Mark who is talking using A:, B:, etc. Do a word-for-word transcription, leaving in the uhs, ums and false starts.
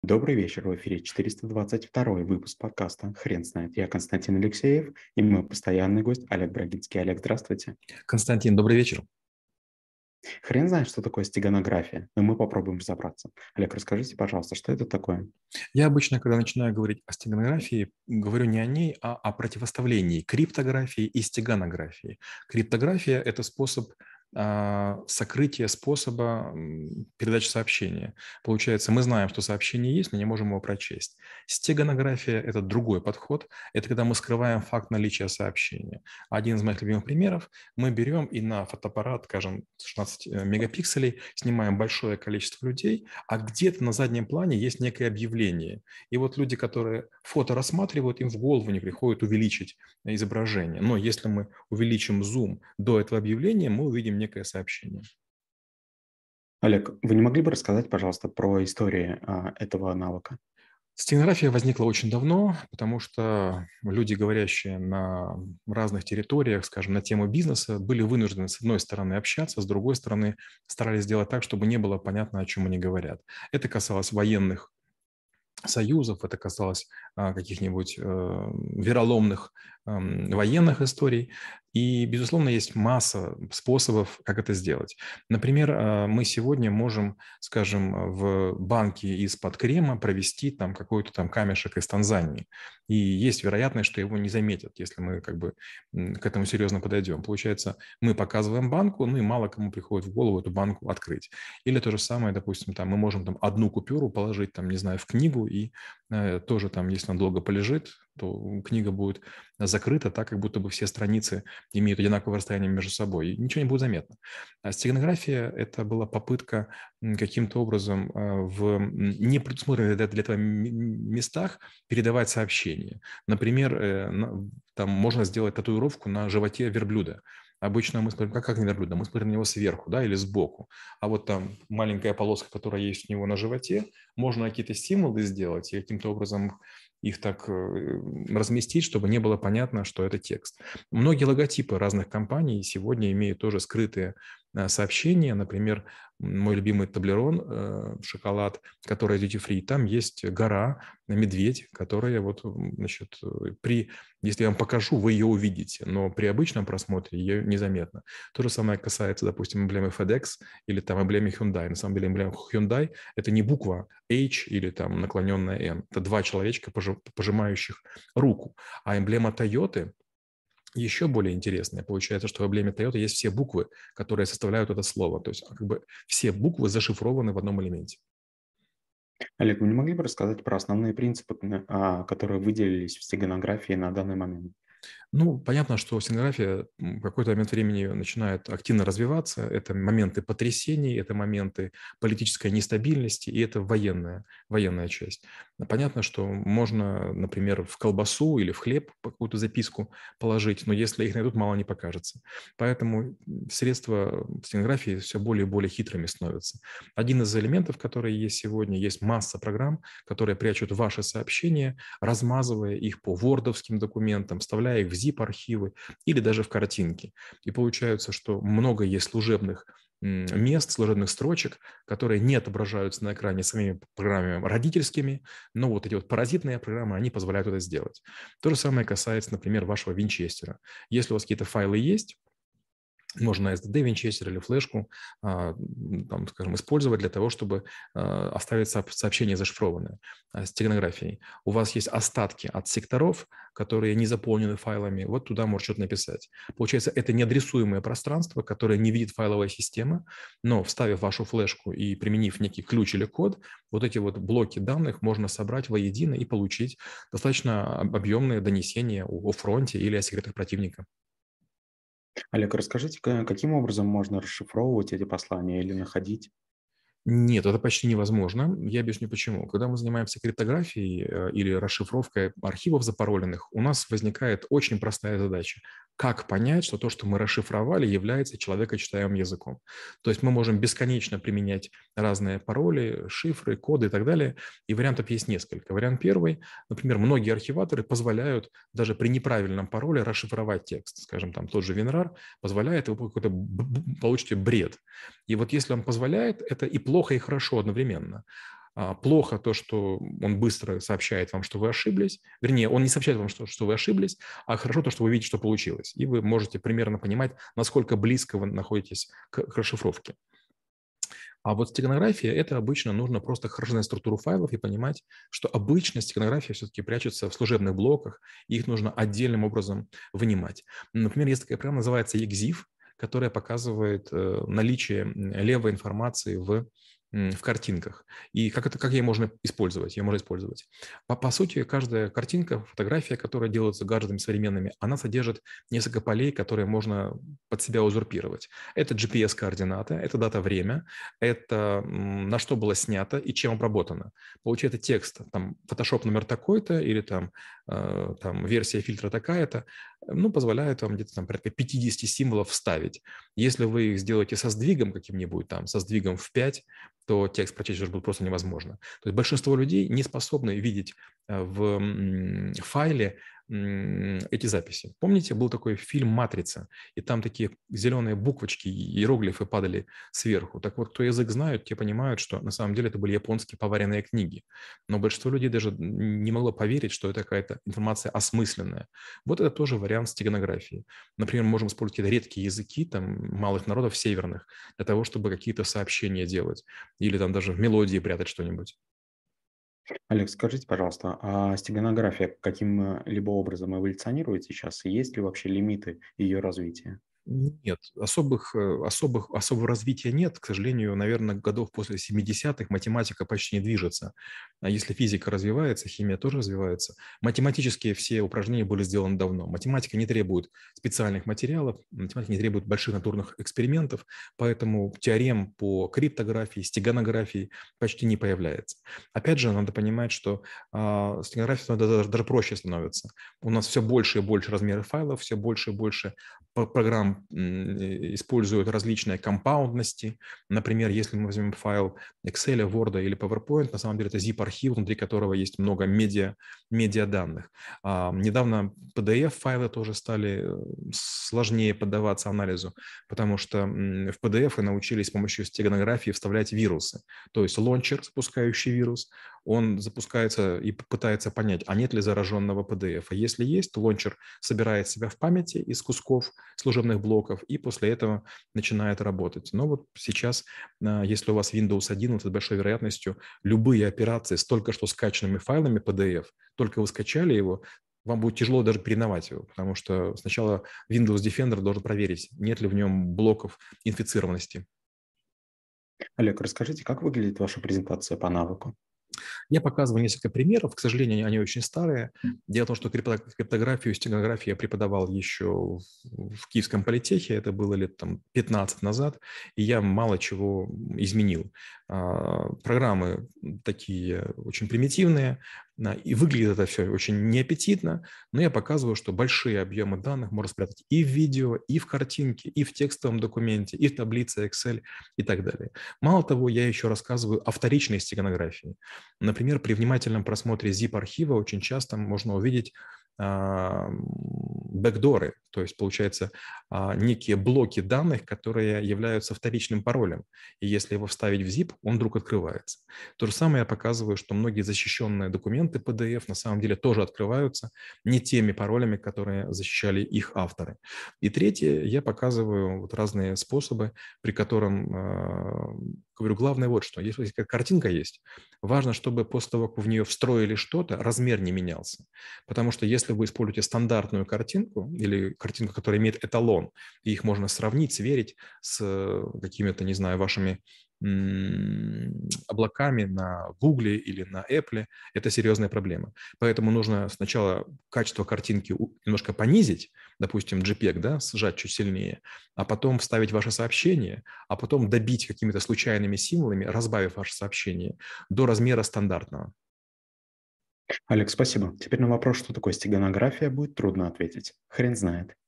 A: Добрый вечер, в эфире четыреста двадцать второй выпуск подкаста «Хрен знает». Я Константин Алексеев и мой постоянный гость Олег Брагинский. Олег, здравствуйте.
B: Константин, добрый вечер.
A: Хрен знает, что такое стеганография, но мы попробуем разобраться. Олег, расскажите, пожалуйста, что это такое?
B: Я обычно, когда начинаю говорить о стеганографии, говорю не о ней, а о противоставлении криптографии и стеганографии. Криптография – это способ а, сокрытия способа м, передачи сообщения. Получается, мы знаем, что сообщение есть, но не можем его прочесть. Стеганография – это другой подход. Это когда мы скрываем факт наличия сообщения. Один из моих любимых примеров – мы берем и на фотоаппарат, скажем, шестнадцать мегапикселей, снимаем большое количество людей, а где-то на заднем плане есть некое объявление. И вот люди, которые фото рассматривают, им в голову не приходит увеличить изображение. Но если мы увеличим зум до этого объявления, мы увидим некое сообщение.
A: Олег, вы не могли бы рассказать, пожалуйста, про историю а, этого навыка?
B: Стенография возникла очень давно, потому что люди, говорящие на разных территориях, скажем, на тему бизнеса, были вынуждены, с одной стороны, общаться, с другой стороны, старались сделать так, чтобы не было понятно, о чем они говорят. Это касалось военных союзов, это касалось а, каких-нибудь э, вероломных э, военных историй. И, безусловно, есть масса способов, как это сделать. Например, э, мы сегодня можем, скажем, в банке из-под крема провести там какой-то там камешек из Танзании. И есть вероятность, что его не заметят, если мы как бы к этому серьезно подойдем. Получается, мы показываем банку, ну и мало кому приходит в голову эту банку открыть. Или то же самое, допустим, там мы можем там одну купюру положить, там, не знаю, в книгу, и э, тоже там, если она долго полежит, то книга будет закрыта так, как будто бы все страницы имеют одинаковое расстояние между собой, и ничего не будет заметно. А стеганография – это была попытка каким-то образом э, в непредусмотренных для этого местах передавать сообщения. Например, э, там можно сделать татуировку на животе верблюда. Обычно мы смотрим, как, как на верблюда, мы смотрим на него сверху, да, или сбоку. А вот там маленькая полоска, которая есть у него на животе, можно какие-то символы сделать и каким-то образом их так разместить, чтобы не было понятно, что это текст. Многие логотипы разных компаний сегодня имеют тоже скрытые сообщения. Например, мой любимый Таблерон, шоколад, который duty free, там есть гора, медведь, которая вот, значит, при, если я вам покажу, вы ее увидите, но при обычном просмотре ее незаметно. То же самое касается, допустим, эмблемы FedEx или там эмблемы Hyundai. На самом деле эмблема Hyundai – это не буква H или там наклоненная N. Это два человечка, пожимающих руку. А эмблема Toyota еще более интересное. Получается, что в эмблеме Toyota есть все буквы, которые составляют это слово. То есть как бы все буквы зашифрованы в одном элементе.
A: Олег, вы не могли бы рассказать про основные принципы, а, которые выделились в стеганографии на данный момент?
B: Ну, понятно, что стенография в какой-то момент времени начинает активно развиваться. Это моменты потрясений, это моменты политической нестабильности, и это военная, военная часть. Понятно, что можно, например, в колбасу или в хлеб какую-то записку положить, но если их найдут, мало не покажется. Поэтому средства стенографии все более и более хитрыми становятся. Один из элементов, которые есть сегодня, есть масса программ, которые прячут ваши сообщения, размазывая их по вордовским документам, вставляя их в зип-архивы или даже в картинки. И получается, что много есть служебных мест, служебных строчек, которые не отображаются на экране самими программами родительскими, но вот эти вот паразитные программы, они позволяют это сделать. То же самое касается, например, вашего винчестера. Если у вас какие-то файлы есть, можно эс ди ди винчестер или флешку, там, скажем, использовать для того, чтобы оставить сообщение зашифрованное с стеганографией. У вас есть остатки от секторов, которые не заполнены файлами, вот туда может что-то написать. Получается, это неадресуемое пространство, которое не видит файловая система, но вставив вашу флешку и применив некий ключ или код, вот эти вот блоки данных можно собрать воедино и получить достаточно объемные донесения о фронте или о секретах противника.
A: Олег, расскажите, каким образом можно расшифровывать эти послания или находить?
B: Нет, это почти невозможно. Я объясню почему. Когда мы занимаемся криптографией э, или расшифровкой архивов запароленных, у нас возникает очень простая задача. Как понять, что то, что мы расшифровали, является человекочитаемым языком? То есть мы можем бесконечно применять разные пароли, шифры, коды и так далее. И вариантов есть несколько. Вариант первый. Например, многие архиваторы позволяют даже при неправильном пароле расшифровать текст. Скажем, там тот же WinRAR позволяет, вы какой-то получите бред. И вот если он позволяет, это и плохо, и хорошо одновременно. А, Плохо то, что он быстро сообщает вам, что вы ошиблись. Вернее, он не сообщает вам, что, что вы ошиблись, а хорошо то, что вы видите, что получилось. И вы можете примерно понимать, насколько близко вы находитесь к, к расшифровке. А вот стеганография – это обычно нужно просто хорошо знать структуру файлов и понимать, что обычно стеганография все-таки прячется в служебных блоках, и их нужно отдельным образом вынимать. Например, есть такая программа, называется EXIF, которая показывает э, наличие левой информации в в картинках. И как, это, как ее можно использовать? Ее можно использовать. По, по сути, каждая картинка, фотография, которая делается гаджетами современными, она содержит несколько полей, которые можно под себя узурпировать. Это джи пи эс-координата, это дата-время, это на что было снято и чем обработано. Получается текст, там, Photoshop номер такой-то или там, э, там версия фильтра такая-то, ну, позволяет вам где-то там порядка пятьдесят символов вставить. Если вы их сделаете со сдвигом каким-нибудь, там, со сдвигом в пять, то текст прочесть уже будет просто невозможно. То есть большинство людей не способны видеть в файле эти записи. Помните, был такой фильм «Матрица», и там такие зеленые буквочки, иероглифы падали сверху. Так вот, кто язык знает, те понимают, что на самом деле это были японские поваренные книги. Но большинство людей даже не могло поверить, что это какая-то информация осмысленная. Вот это тоже вариант стеганографии. Например, мы можем использовать какие-то редкие языки там, малых народов северных для того, чтобы какие-то сообщения делать. Или там даже в мелодии прятать что-нибудь.
A: Олег, скажите, пожалуйста, а стеганография каким-либо образом эволюционирует сейчас? И есть ли вообще лимиты ее развития?
B: Нет, особых, э, особых, особого развития нет. К сожалению, наверное, годов после семидесятых математика почти не движется. А если физика развивается, химия тоже развивается. Математические все упражнения были сделаны давно. Математика не требует специальных материалов, математика не требует больших натурных экспериментов, поэтому теорем по криптографии, стеганографии почти не появляется. Опять же, надо понимать, что э, стеганография даже, даже проще становится. У нас все больше и больше размеров файлов, все больше и больше программ используют различные компаундности. Например, если мы возьмем файл Excel, Word или PowerPoint, на самом деле это zip-архив, внутри которого есть много медиа, медиаданных. А, недавно пи ди эф-файлы тоже стали сложнее поддаваться анализу, потому что в пи ди эф научились с помощью стеганографии вставлять вирусы. То есть лончер, запускающий вирус, он запускается и пытается понять, а нет ли зараженного пи ди эф. Если есть, то лончер собирает себя в памяти из кусков служебных блоков и после этого начинает работать. Но вот сейчас, если у вас Windows одиннадцать, с большой вероятностью любые операции с только что скачанными файлами пи ди эф, только вы скачали его, вам будет тяжело даже переименовать его, потому что сначала Windows Defender должен проверить, нет ли в нем блоков инфицированности.
A: Олег, расскажите, как выглядит ваша презентация по навыку?
B: Я показываю несколько примеров, к сожалению, они очень старые. Дело в том, что криптографию и стеганографию я преподавал еще в Киевском политехе, это было лет там, пятнадцать назад, и я мало чего изменил. Программы такие очень примитивные, и выглядит это все очень неаппетитно, но я показываю, что большие объемы данных можно спрятать и в видео, и в картинке, и в текстовом документе, и в таблице Excel и так далее. Мало того, я еще рассказываю о вторичной стеганографии. Например, при внимательном просмотре zip-архива очень часто можно увидеть бэкдоры, то есть, получается, некие блоки данных, которые являются вторичным паролем. И если его вставить в zip, он вдруг открывается. То же самое я показываю, что многие защищенные документы пи ди эф на самом деле тоже открываются не теми паролями, которые защищали их авторы. И третье, я показываю вот разные способы, при котором, говорю, главное вот что, если картинка есть, важно, чтобы после того, как вы в нее встроили что-то, размер не менялся. Потому что если вы используете стандартную картинку или картинку, которая имеет эталон, и их можно сравнить, сверить с какими-то, не знаю, вашими облаками на Гугле или на Apple, это серьезная проблема. Поэтому нужно сначала качество картинки немножко понизить, допустим, JPEG, да, сжать чуть сильнее, а потом вставить ваше сообщение, а потом добить какими-то случайными символами, разбавив ваше сообщение до размера стандартного.
A: Олег, спасибо. Теперь на вопрос, что такое стеганография, будет трудно ответить. Хрен знает.